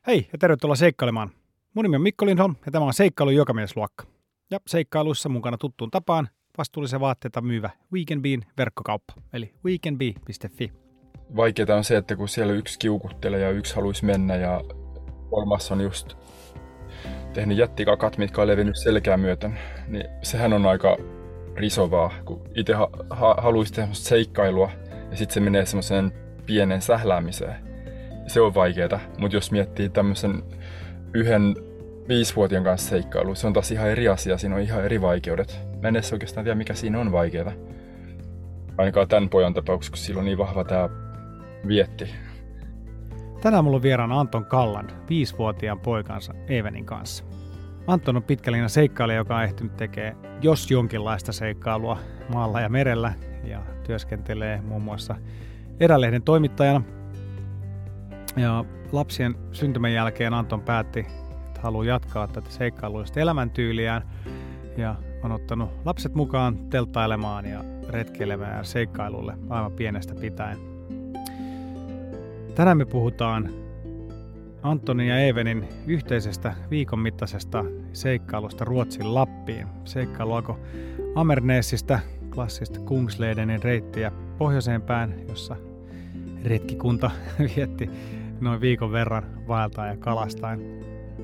Hei ja tervetuloa seikkailemaan. Mun nimi on Mikko Lindholm ja tämä on Seikkailun jokamiesluokka. Ja seikkailuissa mukana tuttuun tapaan vastuullisia vaatteita myyvä Weekendbeen verkkokauppa, eli weekendbee.fi. Vaikeaa on se, että kun siellä yksi kiukuttelee ja yksi haluaisi mennä ja kolmas on just tehnyt jättikakat, mitkä on levinnyt selkää myöten, niin sehän on aika risovaa, kun itse haluaisi tehdä seikkailua ja sitten se menee semmoiseen pienen sähläämiseen. Se on vaikeaa, mutta jos miettii tämmöisen yhden 5-vuotiaan kanssa seikkailu, se on taas ihan eri asia, siinä on ihan eri vaikeudet. Mä en edes oikeastaan tiedä, mikä siinä on vaikeaa. Ainakaan tämän pojan tapauksessa, kun sillä on niin vahva tää vietti. Tänään mulla on vieraana Anton Kalland, 5-vuotiaan poikansa Evenin kanssa. Anton on pitkälinjainen seikkailija, joka on ehtinyt tekemään jos jonkinlaista seikkailua maalla ja merellä ja työskentelee muun muassa Erälehden toimittajana. Ja lapsien syntymän jälkeen Anton päätti, että haluaa jatkaa tätä seikkailuista elämäntyyliään ja on ottanut lapset mukaan telttailemaan ja retkeilemään ja seikkailulle aivan pienestä pitäen. Tänään me puhutaan Antonin ja Evenin yhteisestä viikon mittaisesta seikkailusta Ruotsin Lappiin. Seikkailu alkoi Amernäsistä, klassista Kungsledenin reittiä pohjoiseen päin, jossa retkikunta vietti noin viikon verran vaeltaen ja kalastaen.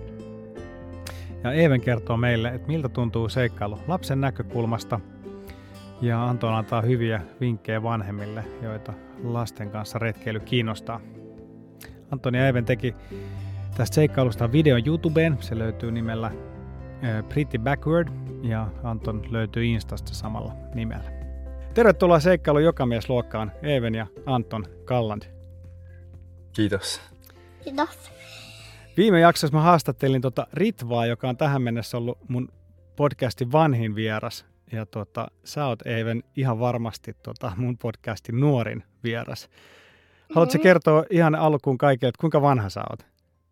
Ja Even kertoo meille, että miltä tuntuu seikkailu lapsen näkökulmasta. Ja Anton antaa hyviä vinkkejä vanhemmille, joita lasten kanssa retkeily kiinnostaa. Anton ja Even teki tästä seikkailusta videon YouTubeen. Se löytyy nimellä Pretty Backward ja Anton löytyy Instasta samalla nimellä. Tervetuloa Seikkailun jokamiesluokkaan, Even ja Anton Kalland. Kiitos. Kiitos. Viime jaksossa mä haastattelin Ritvaa, joka on tähän mennessä ollut mun podcastin vanhin vieras. Ja sä oot, Even, ihan varmasti mun podcastin nuorin vieras. Haluatko kertoa ihan alkuun kaikille, että kuinka vanha sä oot?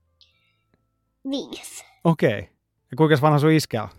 5. Okei. Ja kuinka vanha sun iskä on?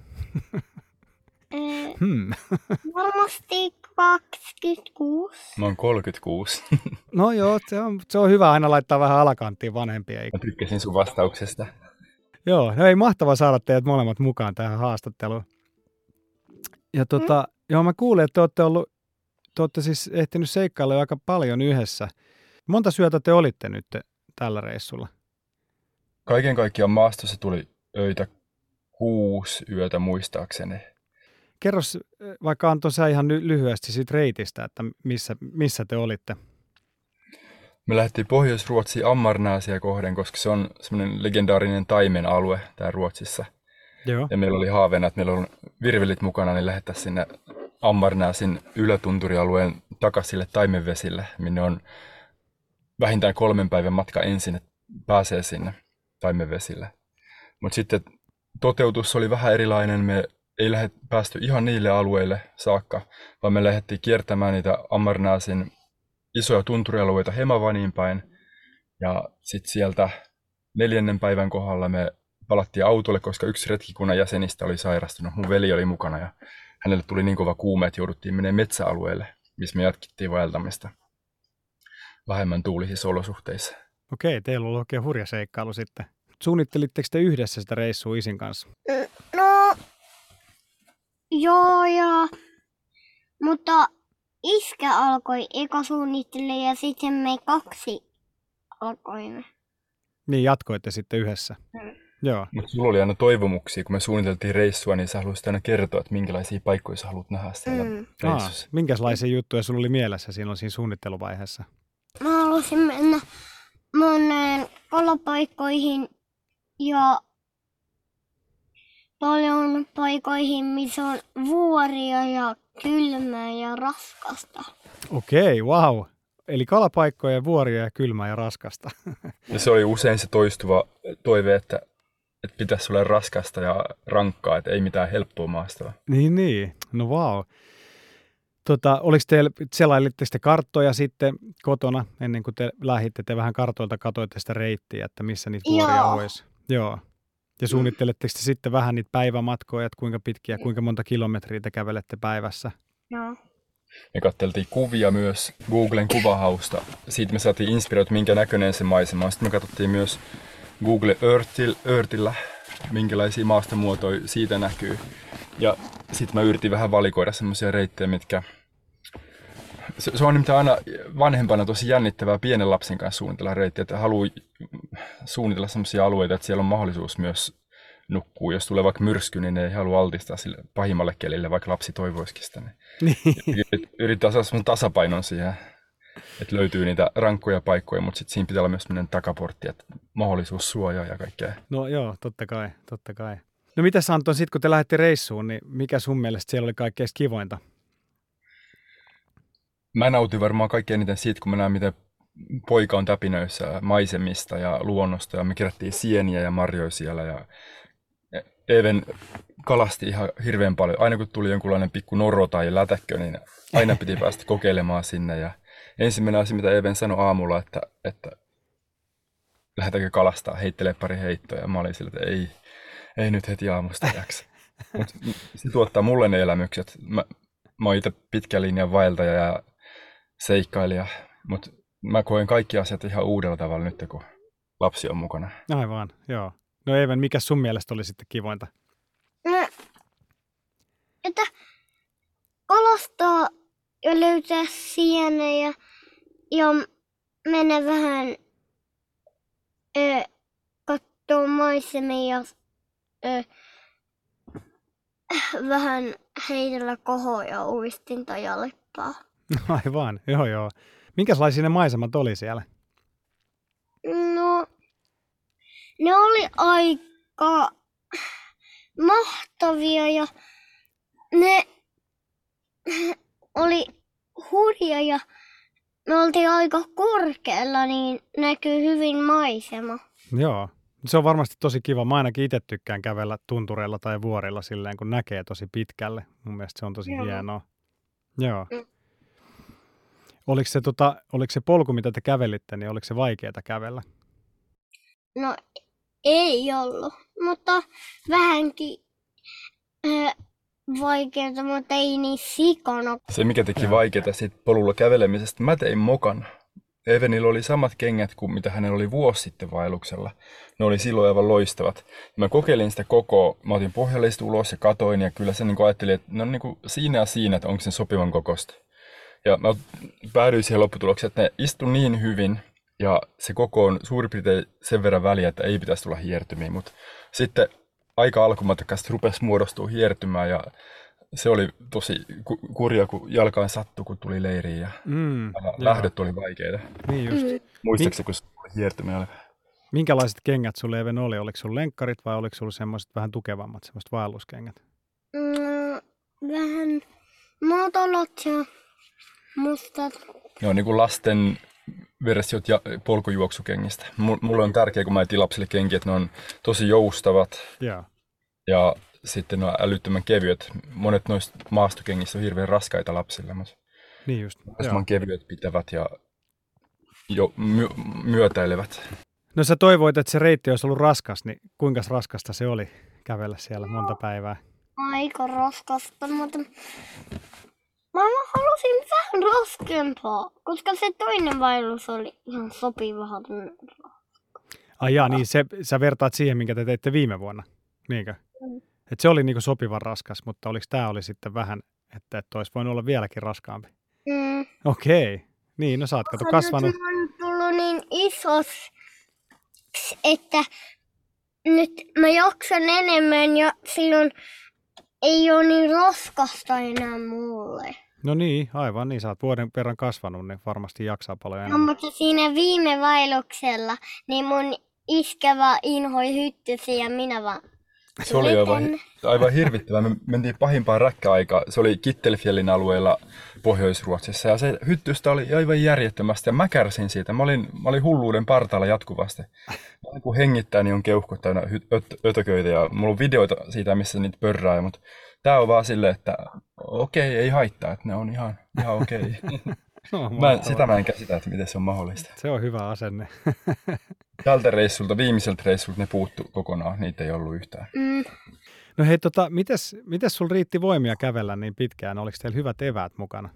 Varmasti 26. Mä oon 36. No joo, se on hyvä aina laittaa vähän alakanttiin vanhempia. Mä tykkäsin sun vastauksesta. Joo, no ei mahtavaa saada teidät molemmat mukaan tähän haastatteluun. Ja joo, mä kuulin, että te olette siis ehtinyt seikkailla jo aika paljon yhdessä. Monta yötä te olitte nyt tällä reissulla? Kaiken kaikkiaan maastossa tuli öitä 6 yötä muistaakseni. Kerros vaikka Anton sä ihan lyhyesti siitä reitistä, että missä te olitte? Me lähdettiin Pohjois-Ruotsiin Ammarnäsiä kohden, koska se on semmoinen legendaarinen taimen alue täällä Ruotsissa. Joo. Ja meillä oli haaveena, että meillä on virvelit mukana, niin lähdettäisiin sinne Ammarnäsin ylätunturialueen takaisin sille taimenvesille, minne on vähintään 3 päivän matka ensin, että pääsee sinne taimenvesille. Mutta sitten toteutus oli vähän erilainen. Me ei päästy ihan niille alueille saakka, vaan me lähdettiin kiertämään niitä Ammarnäsin isoja tunturialueita Hemavaniin päin. Ja sitten sieltä 4. päivän kohdalla me palattiin autolle, koska yksi retkikunnan jäsenistä oli sairastunut. Mun veli oli mukana ja hänelle tuli niin kova kuume, että jouduttiin menemään metsäalueelle, missä me jatkettiin vaeltamista vähemmän tuulisissa olosuhteissa. Okei, teillä on ollut oikein hurja seikkailu sitten. Suunnittelitteko te yhdessä sitä reissua isin kanssa? No, joo, mutta iskä alkoi eka suunnittelemaan ja sitten me 2 alkoimme. Niin, jatkoitte sitten yhdessä. Joo. Mutta sulla oli aina toivomuksia, kun me suunniteltiin reissua, niin sä haluaisit aina kertoa, että minkälaisia paikkoja sä haluat nähdä siellä reissussa. Minkälaisia juttuja sulla oli mielessä siinä suunnitteluvaiheessa? Mä halusin mennä moneen kalapaikkoihin ja paljon paikoihin, missä on vuoria ja kylmää ja raskasta. Okei, wow. Eli kalapaikkoja, vuoria ja kylmää ja raskasta. Ja se oli usein se toistuva toive, että pitäisi olla raskasta ja rankkaa, että ei mitään helppoa maastoa. Niin. No wow. Oliko teillä, selailitte te karttoja sitten kotona ennen kuin te lähditte? Te vähän kartoilta katoitte sitä reittiä, että missä niitä vuoria olisi. Joo. Ja suunnitteletteko te sitten vähän niitä päivämatkoja, että kuinka pitkiä, kuinka monta kilometriä te kävelette päivässä? Joo. Me katseltiin kuvia myös Googlen kuvahausta. Siitä me saatiin inspiroitua, minkä näköinen se maisema on. Sitten me katsottiin myös Google Earthillä, minkälaisia maastomuotoja siitä näkyy. Ja sitten mä yritin vähän valikoida semmoisia reittejä, mitkä... Se on nimittäin aina vanhempana tosi jännittävää pienen lapsen kanssa suunnitella reittejä, että haluaa suunnitella semmoisia alueita, että siellä on mahdollisuus myös nukkuu. Jos tulee vaikka myrsky, niin ei halua altistaa sille pahimmalle kelille, vaikka lapsi toivoisikin sitä. Niin. Yrittää saada semmoisen tasapainon siihen, että löytyy niitä rankkoja paikkoja, mutta sitten siinä pitää olla myös semmoinen takaportti, että mahdollisuus suojaa ja kaikkea. No joo, totta kai. No mitäs Anton, sitten kun te lähdette reissuun, niin mikä sun mielestä siellä oli kaikkein kivointa? Mä nautin varmaan kaikkein eniten siitä, kun mä näen, miten poika on täpinöissä maisemista ja luonnosta, ja me kerättiin sieniä ja marjoja siellä, ja Even kalasti ihan hirveän paljon. Aina kun tuli jonkunlainen pikku noro tai lätäkkö, niin aina piti päästä kokeilemaan sinne, ja ensimmäinen asia, mitä Even sanoi aamulla, että lähdetäänkö kalastaa, heittelee pari heittoa, ja mä olin sillä, että ei nyt heti aamusta jaksa. Mut se tuottaa mulle ne elämykset. Mä oon itse pitkän linjan vaeltaja ja seikkailija, mutta mä koen kaikki asiat ihan uudella tavalla nyt, kun lapsi on mukana. Aivan, joo. No Even, mikä sun mielestä oli sitten kivointa? Että kalastaa ja löytää sienejä ja mennä vähän kattoo maisemia ja vähän heitellä kohoja uistinta ja leppää. Aivan, joo. Minkälaisia ne maisemat oli siellä? No, ne oli aika mahtavia ja ne oli hurja ja me oltiin aika korkealla, niin näkyy hyvin maisema. Joo, se on varmasti tosi kiva. Mä ainakin itse tykkään kävellä tuntureilla tai vuorilla silleen, kun näkee tosi pitkälle. Mun mielestä se on tosi hienoa. Joo. Oliko se polku, mitä te kävelitte, niin oliko se vaikeaa kävellä? No ei ollut, mutta vähänkin vaikeaa, mutta ei niin sikana. Se, mikä teki vaikeaa siitä polulla kävelemisestä, mä tein mokan. Evenillä oli samat kengät kuin mitä hänellä oli vuosi sitten vaelluksella. Ne oli silloin aivan loistavat. Mä kokeilin sitä mä otin pohjallista ulos ja katoin, ja kyllä se niin ajattelin, että ne on niin siinä ja siinä, että onko se sopivan kokosta. Ja mä päädyin siihen lopputulokseen, että ne istu niin hyvin, ja se koko on suurin piirtein sen verran väliä, että ei pitäisi tulla hiertymiä. Mutta sitten aika alkumatkasta rupesi muodostua hiertymään, ja se oli tosi kurja, kun jalkaan sattui, kun tuli leiriin, ja lähdöt oli vaikeita. Niin just. Muistaakseni, kun se tuli hiertymään? Minkälaiset kengät sulle Even oli? Oliko sulla lenkkarit vai oliko sulla semmoiset vähän tukevammat, semmoiset vaelluskengät? Vähän matalat ja mustat. Joo, niin kuin lasten versiot ja polkujuoksukengistä. Mulle on tärkeää, kun mä etin lapsille kenkiä, että ne on tosi joustavat. Yeah. Ja sitten ne on älyttömän kevyet. Monet noista maastokengistä on hirveän raskaita lapsille, mutta niin just. kevyet pitävät ja myötäilevät. No sä toivoit, että se reitti olisi ollut raskas, niin kuinka raskasta se oli kävellä siellä monta päivää? Aika raskasta, mutta mä halusin vähän raskempaa, koska se toinen vaellus oli ihan sopiva. Ai jaa, niin sä vertaat siihen, minkä te teitte viime vuonna, niinkö? Että se oli niinku sopivan raskas, mutta oliko tämä oli sitten vähän, että olisi voinut olla vieläkin raskaampi? Okei. Niin, no sä oot kasvanut. Mä oon tullut niin isoksi, että nyt mä jaksan enemmän ja silloin ei ole niin raskasta enää mulle. No niin, aivan niin. Sä oot vuoden verran kasvanut, niin varmasti jaksaa paljon enemmän. No, mutta siinä viime vaelluksella, niin mun iskävä inhoi hyttysi ja minä vaan. Se oli aivan hirvittävää. Me mentiin pahimpaan räkkäaikaan. Se oli Kittelfjellin alueella Pohjois-Ruotsissa. Ja se hyttystä oli aivan järjettömästi. Ja mä kärsin siitä. Mä olin hulluuden partaalla jatkuvasti. Kun hengittää, niin on keuhkot täynnä ötököitä. Ja mulla on videoita siitä, missä niitä pörrää. Mutta tää on vaan silleen, että okei, ei haittaa. Että ne on ihan okei. Sitä mä en käsitä, että miten se on mahdollista. Se on hyvä asenne. Tältä viimeiseltä reissulta ne puuttu kokonaan, niitä ei ollut yhtään. No hei, mites sul riitti voimia kävellä niin pitkään? Oliko teillä hyvät eväät mukana?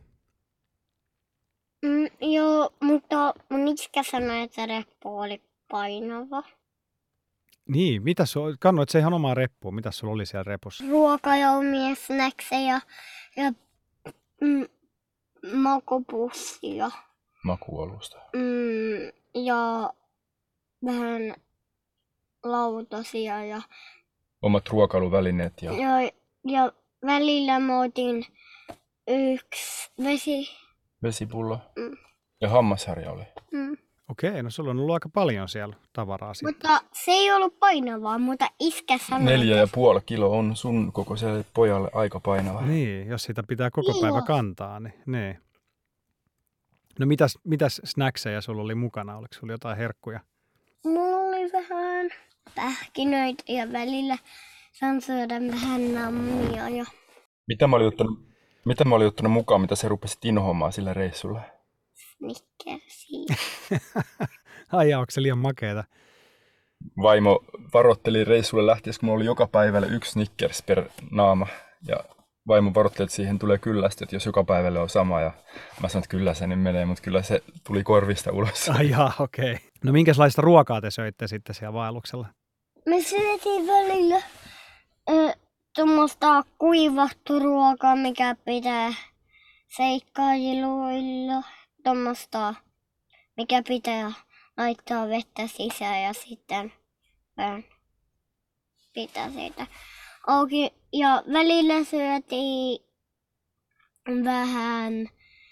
Joo, mutta mun iskä sanoi, että reppu oli painava. Niin, kannoit se ihan omaa reppuun? Mitäs sulla oli siellä repussa? Ruoka ja omia snackseja ja makopussia. Makualusta. Ja vähän lautasia ja Omat ruokailuvälineet ja ja välillä mä otin yksi vesipullo. Mm. Ja hammasharja oli. Okei, no sulla on ollut aika paljon siellä tavaraa sitten. Mutta se ei ollut painavaa, mutta iskä sanoi, 4,5 kiloa on sun kokoiselle pojalle aika painava. Niin, jos sitä pitää koko päivä Joo. kantaa, niin. No mitäs snackseja sulla oli mukana? Oliko sulla jotain herkkuja? mulla oli vähän pähkinöitä ja välillä saan syödä vähän nammia ja Mitä mä olin ottanut mukaan, mitä sä rupesit inhoamaan sillä reissulla? snickersia. Ai onko se liian makeeta? Vaimo varoitteli reissulle lähtiessä, kun mulla oli joka päivälle 1 Snickers per naama. Ja vaimo varoitteli, että siihen tulee kyllästyt, jos joka päivälle on sama. Ja mä sanoin, että kyllä se niin menee, mutta kyllä se tuli korvista ulos. Ai jaa, okei. No minkälaista ruokaa te söitte sitten siellä vaelluksella? Me syötiin välillä tuommoista kuivattu ruokaa, mikä pitää seikkailuilla. Tuommoista, mikä pitää laittaa vettä sisään ja sitten vähän pitää siitä auki. Ja välillä syötiin vähän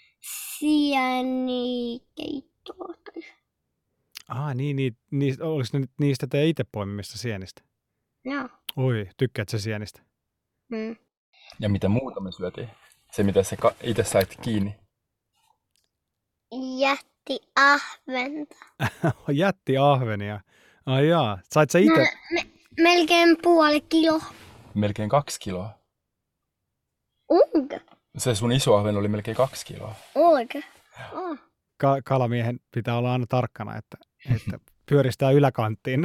sienikeittoa. Niin, oliko ne niistä te itse poimimista sienistä? Joo. Oi, tykkäätkö sä sienistä? Ja mitä muuta me syötiin? Se, mitä sä itse sait kiinni. Jätti ahventa. Jätti ahvenia. Ai jaa, sait sä itse? Melkein puoli kiloa. Melkein 2 kiloa. Onko? Se sun iso ahven oli melkein 2 kiloa. Oliko? Oh. Kalamiehen pitää olla aina tarkkana, että pyöristää yläkanttiin.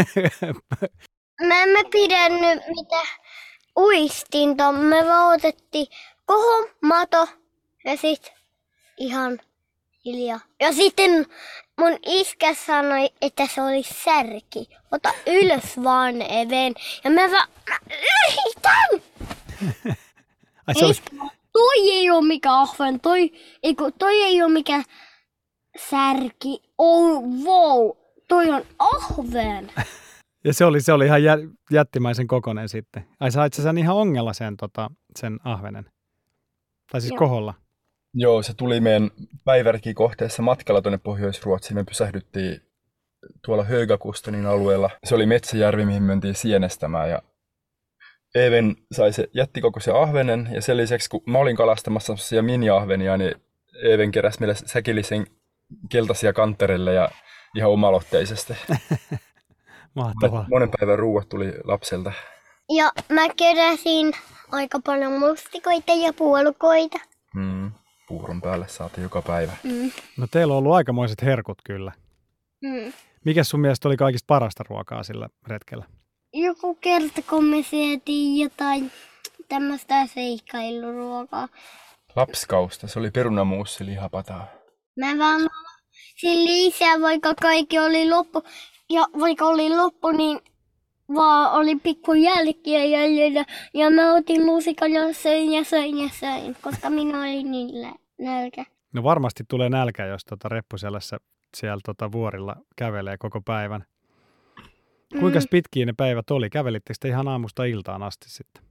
Mä emme pidännyt mitä uistinta. Me vaan otettiin koho, mato ja sit ihan hiljaa. Ja sitten mun iskä sanoi, että se oli särki. Ota ylös vaan, Even. Ja mä yritän! Ai, se oli... Toi ei oo mikä ahven, toi ei oo mikä särki. Oh, wow, toi on ahven. Ja se oli ihan jättimäisen kokonen sitten. Ai sait sä sen ihan ongella sen ahvenen? Tai siis Joo. koholla? Joo, se tuli meidän päivärikikohteessa matkalla tuonne Pohjois-Ruotsiin. Me pysähdyttiin tuolla Högakustonin alueella. Se oli metsäjärvi, mihin me mentiin sienestämään. Ja Even sai se jättikokoisen ahvenen. Ja sen lisäksi, kun mä olin kalastamassa sellaisia mini-ahvenia, niin Even keräsi meille säkillisen keltaisia kantterelle ja ihan oma-aloitteisesti. Mahtavaa. Monen päivän ruuat tuli lapselta. Ja mä keräsin aika paljon mustikoita ja puolukoita. Puuron päälle saatiin joka päivä. No teillä on ollut aikamoiset herkut kyllä. Mikäs sun mielestä oli kaikista parasta ruokaa sillä retkellä? Joku kerta, kun me syötiin jotain tämmöistä seikkailuruokaa. Lapskausta, se oli perunamuussi lihapataa. Mä vaan sen lisää, vaikka kaikki oli loppu. Ja vaikka oli loppu, niin vaan oli pikku jälkiä jäljellä. Ja mä otin lusikan ja söin, koska minä olin niin nälkä. No varmasti tulee nälkä, jos reppuselässä siellä vuorilla kävelee koko päivän. Kuinka pitkiä ne päivät oli? Kävelittekö te ihan aamusta iltaan asti sitten?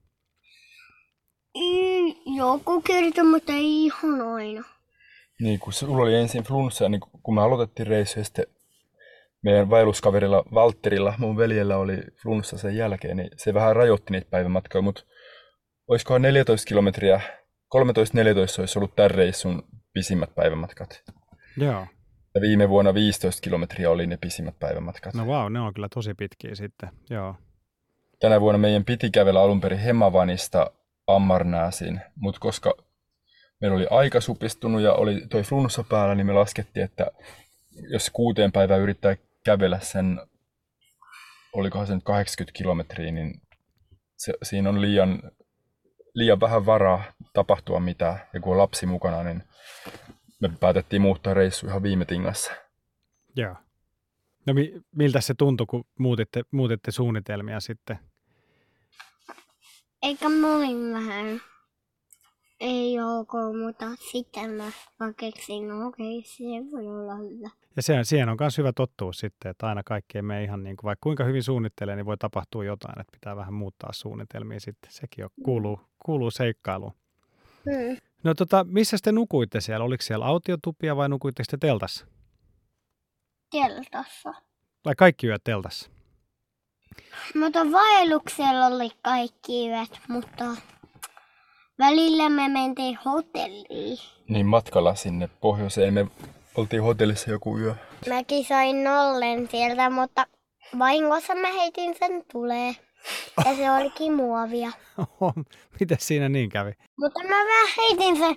Joku kerta, mutta ei ihan aina. Niin, kun sulla oli ensin flunssa, niin kun me aloitettiin reissu ja sitten meidän vaelluskaverilla Valtterilla, mun veljellä oli flunssa sen jälkeen, niin se vähän rajoitti niitä päivämatkoja, mutta olisikohan 14 kilometriä, 13-14 olisi ollut tämän reissun pisimmät päivämatkat. Joo. Ja viime vuonna 15 kilometriä oli ne pisimmät päivämatkat. No vau, ne on kyllä tosi pitkiä sitten, joo. Tänä vuonna meidän piti kävellä alun perin Hemavanista Ammarnääsiin, mutta koska meillä oli aika supistunut ja oli toi flunssa päällä, niin me laskettiin, että jos 6 päivää yrittää kävellä sen, olikohan se nyt 80 kilometriä, niin siinä on liian vähän varaa tapahtua mitään. Ja kun on lapsi mukana, niin me päätettiin muuttaa reissu ihan viime tingassa. Joo. No miltä se tuntui, kun muutitte suunnitelmia sitten? Eikä mä olin vähän ei ok, mutta sitten mä vaan keksin, no okei, se voi olla hyvä. Ja siihen on myös hyvä tottua sitten, että aina kaikki ei mene ihan niin kuin, vaikka kuinka hyvin suunnittelee, niin voi tapahtua jotain, että pitää vähän muuttaa suunnitelmia sitten. Sekin kuuluu seikkailuun. No missä te nukuitte siellä? Oliko siellä autiotupia vai nukuitte te teltassa? Teltassa. Vai kaikki yöt teltassa? Mutta vaelluksella oli kaikki yöt, mutta välillä me mentiin hotelliin. Niin matkalla sinne pohjoiseen me oltiin hotellissa joku yö. Mäkin sain nollen sieltä, mutta vahingossa mä heitin sen tuleen. Ja se olikin muovia. Miten siinä niin kävi? Mutta mä vähän heitin sen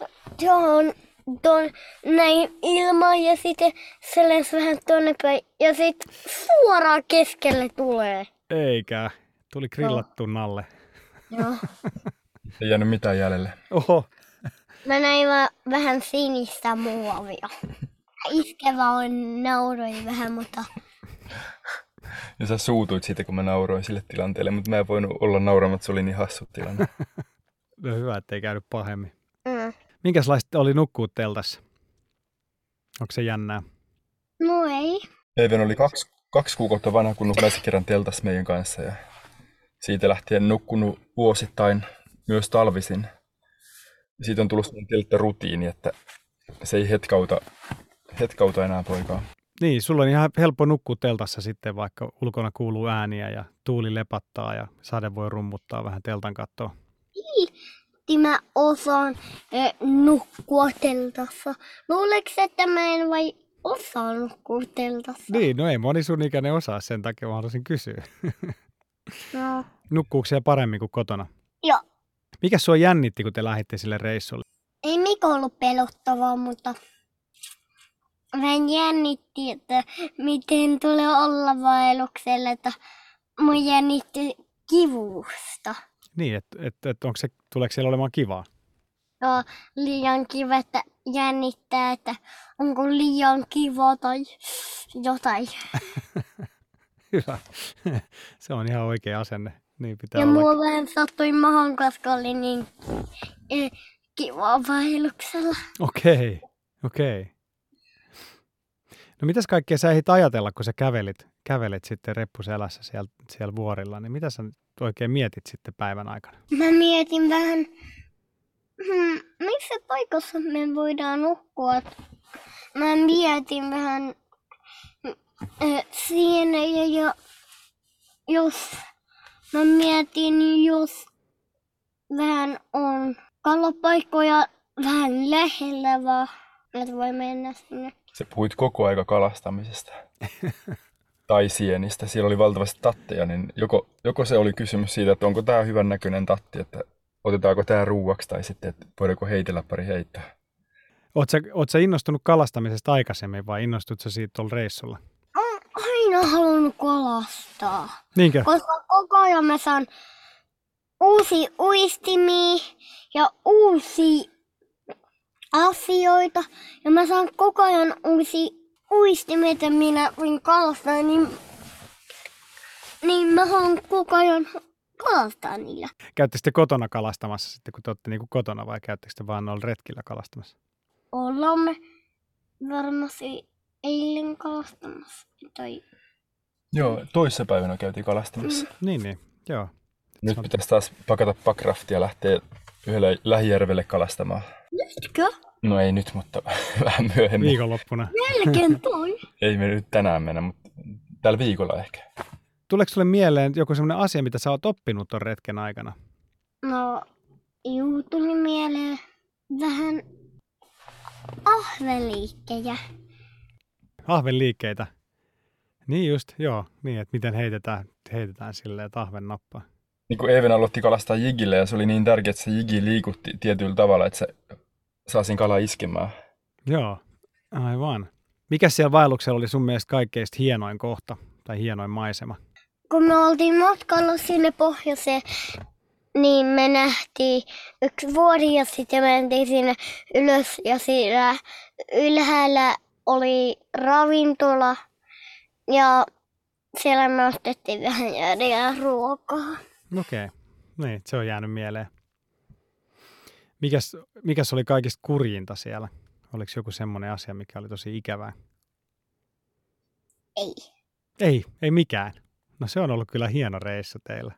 tuon näin ilmaan ja sitten se lensi vähän tonne päin. Ja sitten suoraan keskelle tulee. Eikä. Tuli grillattu nalle. Joo. Ei jäänyt mitään jäljelle. Oho. Mä näin vähän sinistä muovia. Iskevä on nauroi vähän, mutta... Ja sä suutuit siitä, kun mä nauroin sille tilanteelle, mutta mä en voinut olla nauramatta, se oli niin hassu tilanne. No hyvä, ettei käynyt pahemmin. Minkälaista oli nukkua teltassa? Onko se jännää? No ei. Even oli kaksi kuukautta vanha, kun nukkasi kerran teltassa meidän kanssa. Ja siitä lähtien nukkunut vuosittain myös talvisin. Siitä on tullut sellainen telttarutiini, että se ei hetkauta enää poikaa. Niin, sulla on ihan helppo nukkua teltassa sitten, vaikka ulkona kuuluu ääniä ja tuuli lepattaa ja sade voi rummuttaa vähän teltan kattoa. Mä osaan nukkua teltassa. Luuleeko, että mä en vai osaa nukkua teltassa? Niin, no ei moni sun ikäinen osaa, sen takia mä haluaisin kysyä. No. Nukkuuko siellä paremmin kuin kotona? Joo. Mikä sua jännitti, kun te lähditte sille reissulle? Ei Miko ollut pelottavaa, mutta vähän jännitti, että miten tulee olla vaelluksella, että mun jännitti kivusta. Niin, että tuleeko siellä olemaan kivaa? Joo, liian kiva, että jännittää, että onko liian kiva tai jotain. Hyvä. Se on ihan oikea asenne. Niin pitää ja olla. mua vähän sattui mahan, koska oli niin kivaa vaelluksella. Okei. No mitäs kaikkea sä ehdit ajatella, kun sä kävelit sitten reppuselässä siellä vuorilla, niin mitä sä oikein mietit sitten päivän aikana? Mä mietin vähän, missä paikassa me voidaan nukkua. Mä mietin vähän siinä ja jos mä mietin, jos vähän on kalapaikkoja vähän lähellä vaan, että voi mennä sinne. Sä puhuit koko aika kalastamisesta tai sienistä. Siellä oli valtavasti tatteja, niin joko se oli kysymys siitä, että onko tämä hyvän näköinen tatti, että otetaanko tämä ruuaksi tai sitten, että voidaanko heitellä pari heittoa. Oot sä innostunut kalastamisesta aikaisemmin vai innostut sä siitä tuolla reissulla? Olen aina halunnut kalastaa. Niinkö? Koska koko ajan mä saan uusia uistimia ja uusia asioita. Ja mä saan koko ajan uusia uistimia, että minä voin kalastaa, niin mä haluan koko ajan kalastaa niillä. Käyttekö te kotona kalastamassa sitten, kun te olette niin kuin kotona vai käyttekö te vaan noilla retkillä kalastamassa? Ollaan me varmasti eilen kalastamassa. Tai... Joo, toissapäivänä käytiin kalastamassa. Niin, joo. Nyt pitäisi taas pakata pakraftia ja lähteä yhdelle lähijärvelle kalastamaan. Nytkö? No ei nyt, mutta vähän myöhemmin. Viikonloppuna. Melkein toi. Ei me nyt tänään mennä, mutta tällä viikolla ehkä. Tuleeko sulle mieleen joku sellainen asia, mitä sä oot oppinut ton retken aikana? No, tuli mieleen vähän ahveliikkejä. Ahvenliikkeitä. Niin just, joo. Niin, että miten heitetään silleen, että ahven nappaa. Niin kuin Even aloitti kalastaa jigille ja se oli niin tärkeää, että se jigi liikutti tietyllä tavalla, että se saa siinä kalaa iskemään. Joo, aivan. Mikä siellä vaelluksella oli sun mielestä kaikkein hienoin kohta tai hienoin maisema? Kun me oltiin matkalla sinne pohjoiseen, niin me nähtiin yksi vuori ja sitten mentiin sinne ylös ja siinä ylhäällä oli ravintola Ja siellä me ostettiin vähän jäädä ruokaa. Okei, niin se on jäänyt mieleen. Mikäs oli kaikista kurjinta siellä? Oliko joku semmoinen asia, mikä oli tosi ikävää? Ei. Ei mikään. No se on ollut kyllä hieno reissu teillä.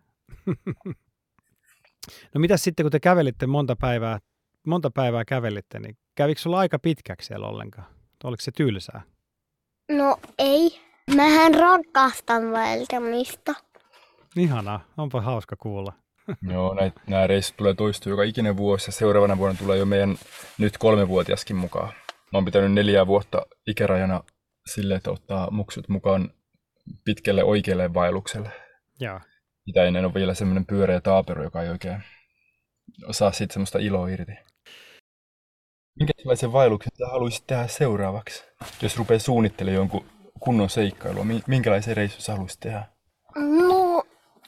No mitäs sitten, kun te kävelitte monta päivää kävelitte, niin kävikö sulla aika pitkäksi siellä ollenkaan? Oliko se tylsää? No ei. Mähän rakastan vaeltamista. Ihanaa, onpa hauska kuulla. Joo, nämä reissut tulee toistua joka ikinen vuosi ja seuraavana vuonna tulee jo meidän nyt 3-vuotiaskin mukaan. Mä oon pitänyt 4 vuotta ikärajana sille, että ottaa muksut mukaan pitkälle oikealle vaellukselle. Joo. Sitä ennen on vielä semmoinen pyöreä taapero, joka ei oikein saa siitä semmoista iloa irti. Minkälaisen vaelluksen sä haluaisit tehdä seuraavaksi? Jos rupeaa suunnittelemaan jonkun kunnon seikkailua, minkälaisen reissun sä haluaisit tehdä? No,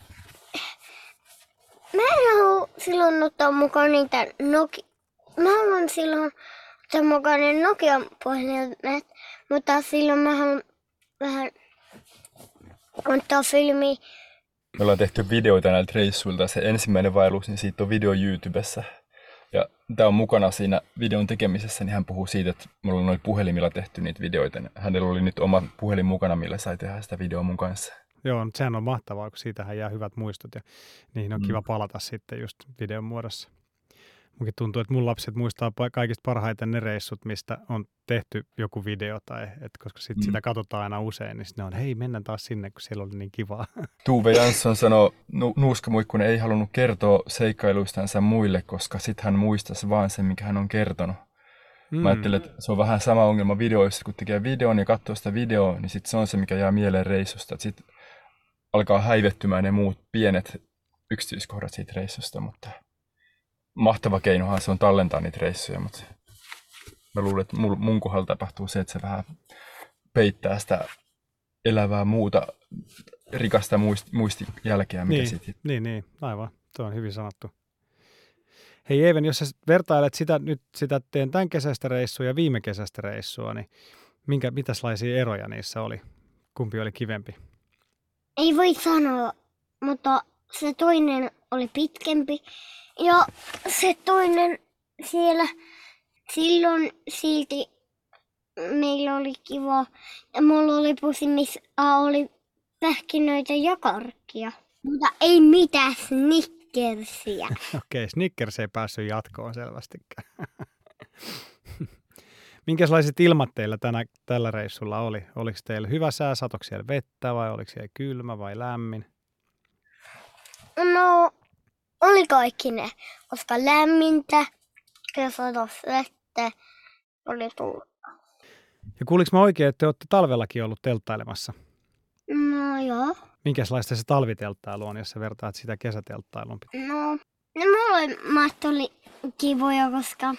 mä en halua silloin ottaa mukaan niitä Mä haluan silloin ottaa mukaan ne Nokian puhelimet, mutta silloin mä haluan vähän ottaa filmiä. Me ollaan tehty videoita näiltä reissuilta. Se ensimmäinen vaellus, niin siitä on video YouTubessa. Ja tää on mukana siinä videon tekemisessä, niin hän puhuu siitä, että mulla on noin puhelimilla tehty niitä videoita. Hänellä oli nyt oma puhelin mukana, millä sai tehdä sitä videoa mun kanssa. Joo, sehän on mahtavaa, kun siitähän jää hyvät muistot ja niihin on kiva palata sitten just videon muodossa. Munkin tuntuu, että mun lapset muistaa kaikista parhaiten ne reissut, mistä on tehty joku video, koska sitä katsotaan aina usein, niin ne on, hei, mennään taas sinne, kun siellä oli niin kivaa. Tuve Jansson sanoi, Nuuska Muikkunen ei halunnut kertoa seikkailuistansa muille, koska sit hän muistaisi vaan sen, mikä hän on kertonut. Mä ajattelin, että se on vähän sama ongelma videoissa, kun tekee videon ja katsoo sitä videoa, niin sit se on se, mikä jää mieleen reissusta. Sitten alkaa häivettymään ne muut pienet yksityiskohdat siitä reissusta, mutta mahtava keinohan se on tallentaa niitä reissuja, mutta mä luulen, että mun kohdalla tapahtuu se, että se vähän peittää sitä elävää muuta rikasta muistijälkeä, mikä siitä. Niin, aivan. Tuo on hyvin sanottu. Hei Even, jos sä vertailet sitä teidän tämän kesästä reissua ja viime kesästä reissua, niin mitäslaisia eroja niissä oli? Kumpi oli kivempi? Ei voi sanoa, mutta se toinen oli pitkempi ja se toinen siellä silloin silti meillä oli kiva ja mulla oli pussi, missä oli pähkinöitä ja karkkia, mutta ei mitään Snickersiä. Okei, Snickers ei päässyt jatkoon selvästikään. Minkälaiset ilmat teillä tällä reissulla oli? Oliko teillä hyvä sää, satoiko siellä vettä vai oliko siellä kylmä vai lämmin? No, oli kaikki ne, koska lämmintä ja satos vettä oli tullut. Ja kuuliko mä oikein, että te olette talvellakin ollut telttailemassa? No joo. Minkälaista se talvitelttailu on, jos sä vertaat sitä kesätelttailuun? No, ne molemmat oli kivoja, koska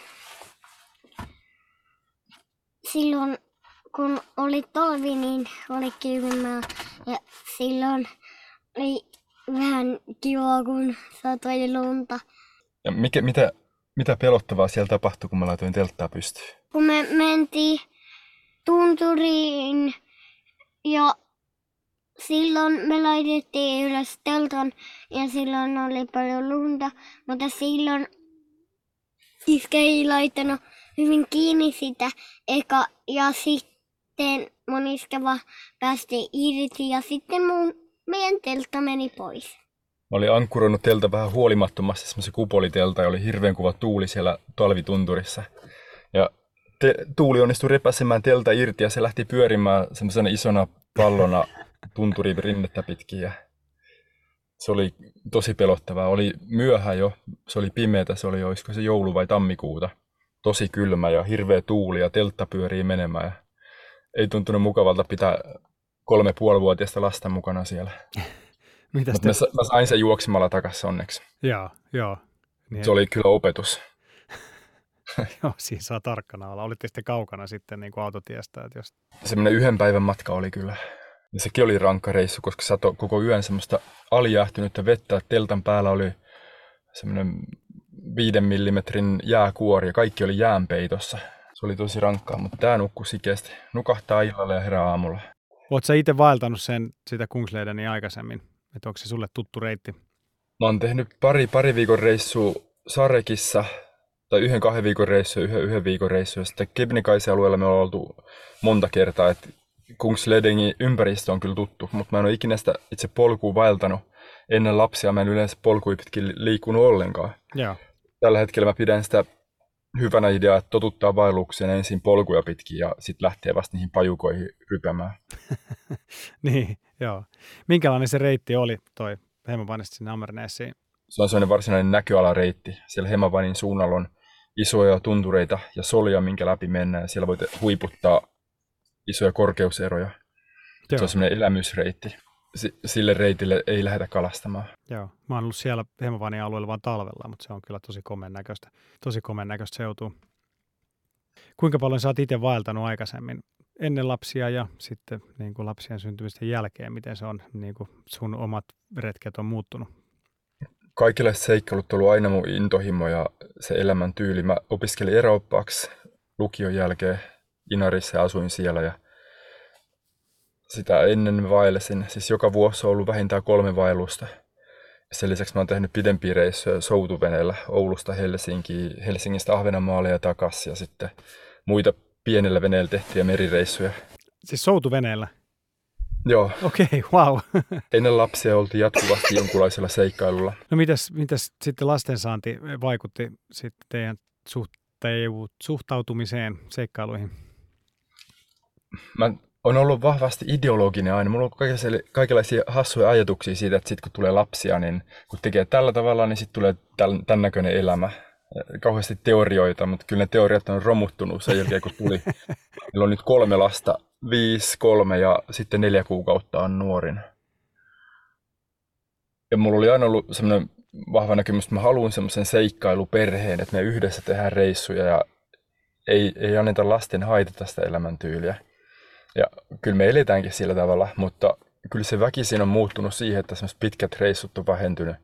silloin kun oli talvi, niin oli kylmää ja silloin oli vähän kivaa, kun satoi lunta. Ja mitä pelottavaa siellä tapahtui, kun mä laitoin telttaa pystyyn? Kun me mentiin tunturiin ja silloin me laitettiin ylös teltan ja silloin oli paljon lunta, mutta silloin iskä ei laittanut hyvin kiinni sitä ja sitten mun iskä vaan päästi irti ja sitten meidän teltta meni pois. Mä olin ankkuroinut teltä vähän huolimattomasti semmoisen kupolitelta ja oli hirveän kova tuuli siellä talvitunturissa. Ja tuuli onnistui repäsemään teltä irti ja se lähti pyörimään semmoisena isona pallona tunturin rinnettä pitkin. Ja se oli tosi pelottavaa. Oli myöhä jo, se oli pimeätä, se oli olisiko se joulu vai tammikuuta. Tosi kylmä ja hirveä tuuli ja teltta pyörii menemään. Ja ei tuntunut mukavalta pitää 3,5-vuotiaista lasta mukana siellä. Mutta mä sain sen juoksemalla takaisin onneksi. Joo. Niin se oli kyllä opetus. Joo, siinä saa tarkkana olla. Olitte sitten kaukana sitten niin kuin autotiestä? Että jos... Semmoinen 1 päivän matka oli kyllä. Ja sekin oli rankka reissu, koska satoi koko yön semmoista alijäähtynyttä vettä. Teltan päällä oli semmoinen 5 millimetrin jääkuori ja kaikki oli jäänpeitossa. Se oli tosi rankkaa, mutta tää nukkui sikeästi. Nukahtaa illalla ja herää aamulla. Oletko sä itse vaeltanut sitä Kungsledenia aikaisemmin? Että onko se sulle tuttu reitti? Mä oon tehnyt pari viikon reissua Sarekissa, tai 1-2 viikon reissua, yhden viikon reissua. Sitten Kebnekaisen alueella me ollaan oltu monta kertaa, että Kungsledenin ympäristö on kyllä tuttu, mutta mä en ole ikinä sitä itse polkua vaeltanut. Ennen lapsia mä en yleensä polkuja pitkin liikkunut ollenkaan. Joo. Tällä hetkellä mä pidän sitä hyvänä ideaa, että totuttaa vaellukseen ensin polkuja pitkin ja sitten lähtee vasta niihin pajukoihin rypämään. Niin, joo. Minkälainen se reitti oli toi Hemavanista sinne Ammerneesiin? Se on sellainen varsinainen näköalareitti. Siellä Hemavanin suunnalla on isoja tuntureita ja solia, minkä läpi mennään. Ja siellä voit huiputtaa isoja korkeuseroja. Joo. Se on sellainen elämysreitti. Sille reitille ei lähdetä kalastamaan. Joo, mä oon ollut siellä Hemavanin alueella vaan talvella, mutta se on kyllä tosi komeen näköistä seutua. Kuinka paljon sä oot itse vaeltanut aikaisemmin ennen lapsia ja sitten niin kuin lapsien syntymisten jälkeen? Miten se on, niin kuin sun omat retket on muuttunut? Kaikenlaiset seikkailut on ollut aina mun intohimo ja se elämäntyyli. Mä opiskelin eräoppaaksi lukion jälkeen Inarissa ja asuin siellä ja sitä ennen vaelsin. Siis joka vuosi on ollut vähintään 3 vaellusta. Sen lisäksi mä oon tehnyt pidempiä reissuja soutuveneellä Oulusta Helsinkiin, Helsingistä Ahvenanmaalle ja takaisin. Ja sitten muita pienellä veneellä tehtyjä merireissuja. Siis soutuveneellä? Joo. Okei, wow. Ennen lapsia oltiin jatkuvasti jonkunlaisella seikkailulla. No mitäs sitten lastensaanti vaikutti sitten teidän suhtautumiseen seikkailuihin? Mä oon ollut vahvasti ideologinen aina. Mulla on kaikenlaisia hassuja ajatuksia siitä, että sit kun tulee lapsia, niin kun tekee tällä tavalla, niin sitten tulee tämän näköinen elämä. Kauheasti teorioita, mutta kyllä ne teoriat on romuttunut sen jälkeen, kun tuli. Meillä on nyt 3 lasta, 5, 3 ja sitten 4 kuukautta on nuorin. Ja mulla oli aina ollut semmoinen vahva näkemys, että mä haluan semmoisen seikkailuperheen, että me yhdessä tehdään reissuja ja ei anneta lasten haitata sitä elämäntyyliä. Ja kyllä me eletäänkin sillä tavalla, mutta kyllä se väkisin on muuttunut siihen, että semmoiset pitkät reissut on vähentynyt.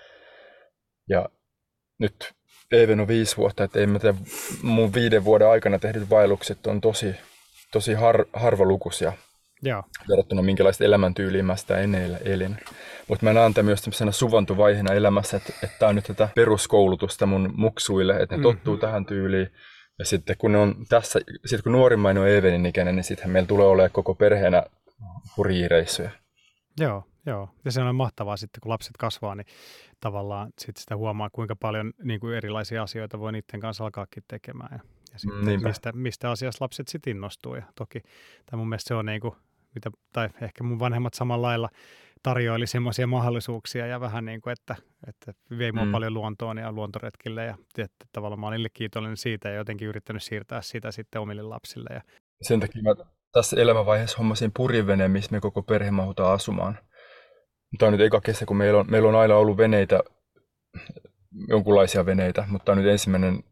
Ja nyt Even on 5 vuotta, että en mä tiedä, mun 5 vuoden aikana tehdyt vaellukset on tosi harvalukuisia. Joo. Verrattuna minkälaista elämäntyyliä mä sitä ennen elin. Mutta mä näen tämän myös tämmöisenä suvantuvaiheena elämässä, että tää on nyt tätä peruskoulutusta mun muksuille, että ne tottuu tähän tyyliin. Ja sitten kun ne on tässä, sitten kun nuorimmainen on Evenin ikäinen, niin sittenhän meillä tulee olemaan koko perheenä hurjia reissuja. Joo. Ja se on mahtavaa sitten, kun lapset kasvaa, niin tavallaan sit sitä huomaa, kuinka paljon niin kuin erilaisia asioita voi niiden kanssa alkaakin tekemään. Ja sitten mistä asiasta lapset sitten innostuu. Ja toki mun mielestä se on niin kuin, tai ehkä mun vanhemmat samalla lailla tarjoili semmoisia mahdollisuuksia ja vähän niin kuin, että vei mua paljon luontoon ja luontoretkille ja että tavallaan mä olin niille kiitollinen siitä ja jotenkin yrittänyt siirtää sitä sitten omille lapsille. Ja sen takia mä tässä elämänvaiheessa hommasin purjeveneen, missä me koko perhe mahutaan asumaan. Tämä on nyt eka kesä, kun meillä on aina ollut veneitä, jonkunlaisia veneitä, mutta tämä on nyt ensimmäinen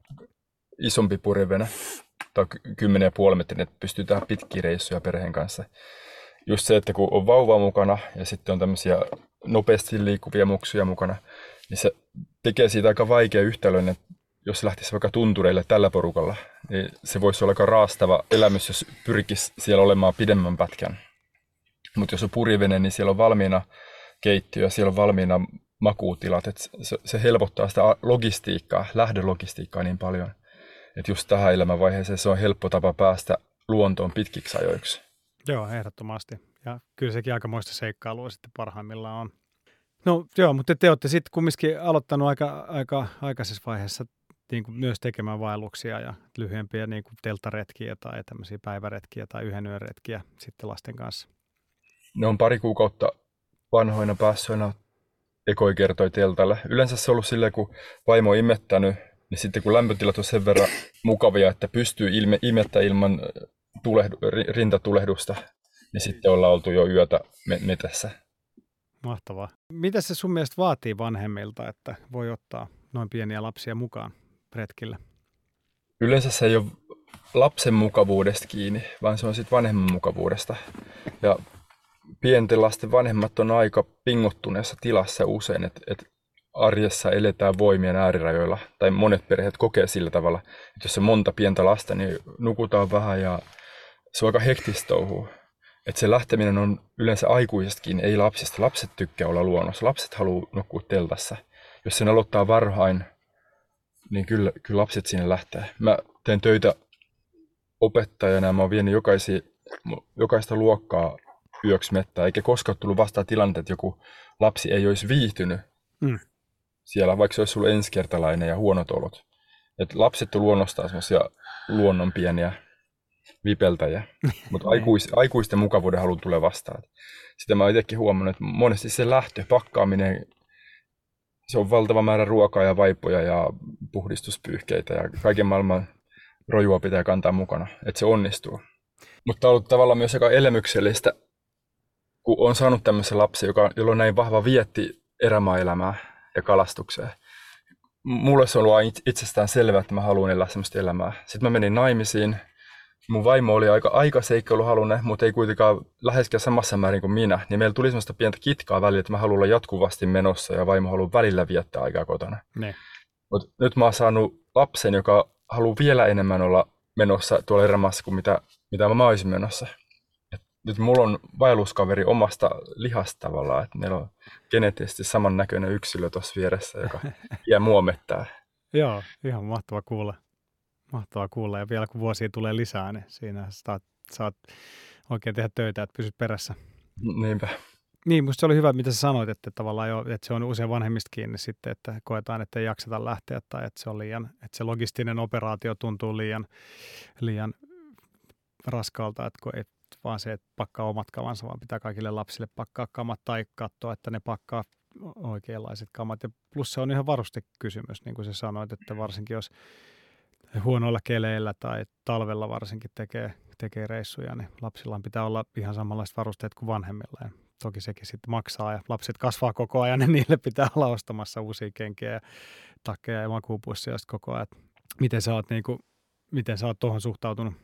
isompi purjevene. Tämä on 10,5 metriä, että pystyy tehdä pitkiä reissuja perheen kanssa. Just se, että kun on vauva mukana ja sitten on tämmöisiä nopeasti liikkuvia muksuja mukana, niin se tekee siitä aika vaikea yhtälön, että jos se lähtisi vaikka tuntureille tällä porukalla, niin se voisi olla aika raastava elämys, jos pyrkisi siellä olemaan pidemmän pätkän. Mutta jos on purjevene, niin siellä on valmiina keittiö ja siellä on valmiina makuutilat. Et se helpottaa sitä logistiikkaa, lähdölogistiikkaa niin paljon. Että just tähän elämänvaiheeseen se on helppo tapa päästä luontoon pitkiksi ajoiksi. Joo, ehdottomasti. Ja kyllä sekin aikamoista seikkailua sitten parhaimmillaan on. No joo, mutta te olette sitten kumminkin aloittanut aika aikaisessa vaiheessa niin kuin myös tekemään vaelluksia ja lyhyempiä niin kuin telttaretkiä tai tämmöisiä päiväretkiä tai yhden yön retkiä sitten lasten kanssa. Ne on 2 kuukautta vanhoina päässyinä ekoi kertoi teltalle. Yleensä se on ollut silleen, kun vaimo on imettänyt, niin sitten kun lämpötilat on sen verran mukavia, että pystyy imettämään ilman rintatulehdusta, niin sitten ollaan oltu jo yötä metässä. Mahtavaa. Mitä se sun mielestä vaatii vanhemmilta, että voi ottaa noin pieniä lapsia mukaan retkille? Yleensä se ei ole lapsen mukavuudesta kiinni, vaan se on sitten vanhemman mukavuudesta. Ja pienten lasten vanhemmat on aika pingottuneessa tilassa usein, että arjessa eletään voimien äärirajoilla, tai monet perheet kokee sillä tavalla, että jos on monta pientä lasta, niin nukutaan vähän ja se on aika hektistä touhua. Että se lähteminen on yleensä aikuisestakin, ei lapsista. Lapset tykkää olla luonnossa. Lapset haluaa nukkua teltassa. Jos sen aloittaa varhain, niin kyllä lapset sinne lähtee. Mä teen töitä opettajana ja mä oon vienyt jokaista luokkaa yöksi mettään. Eikä koskaan tullut vastaan tilanteet, että joku lapsi ei olisi viihtynyt siellä, vaikka se olisi ollut ensikertalainen ja huonot olot. Et lapset on luonnostaan semmoisia luonnon pieniä vipeltäjä, mutta aikuisten mukavuuden haluan tulee vastaan. Sitä mä oon itsekin huomannut, että monesti se pakkaaminen, se on valtava määrä ruokaa ja vaipoja ja puhdistuspyyhkeitä ja kaiken maailman rojua pitää kantaa mukana, että se onnistuu. Mutta on ollut tavallaan myös aika elämyksellistä, kun on saanut tämmöisen lapsen, jolla on näin vahva vietti erämaa-elämää ja kalastukseen. Mulle se on ollut itsestään selvää, että mä haluan elää semmoista elämää. Sitten mä menin naimisiin. Mun vaimo oli aika seikkailuhaluinen, mutta ei kuitenkaan läheskään samassa määrin kuin minä. Niin meillä tuli semmoista pientä kitkaa välillä, että mä haluan olla jatkuvasti menossa ja vaimo haluaa välillä viettää aikaa kotona. Mutta nyt mä oon saanut lapsen, joka haluaa vielä enemmän olla menossa tuolla erämaassa kuin mitä mä olisin menossa. Nyt mulla on vaelluskaveri omasta lihasta tavallaan, että meillä on geneettisesti samannäköinen yksilö tuossa vieressä, joka jää muomettaa. Joo, ihan mahtava kuulla. Mahtavaa kuulla, ja vielä kun vuosia tulee lisää, niin siinä saat oikein tehdä töitä, että pysyt perässä. Niinpä. Niin, musta se oli hyvä, mitä sä sanoit, että tavallaan jo, että se on usein vanhemmista kiinni sitten, että koetaan, että ei jakseta lähteä tai että se on että se logistinen operaatio tuntuu liian raskaalta, että kun ei vaan se, että pakkaa omat kamansa, vaan pitää kaikille lapsille pakkaa kamat tai katsoa, että ne pakkaa oikeanlaiset kamat. Ja plus se on ihan varustekysymys, niin kuin sä sanoit, että varsinkin jos huonoilla keleillä tai talvella varsinkin tekee reissuja, niin lapsilla pitää olla ihan samanlaiset varusteet kuin vanhemmilla. Ja toki sekin sitten maksaa ja lapset kasvaa koko ajan ja niille pitää olla ostamassa uusia kenkiä ja takkeja ja makuupussia koko ajan. Miten sä oot tuohon suhtautunut?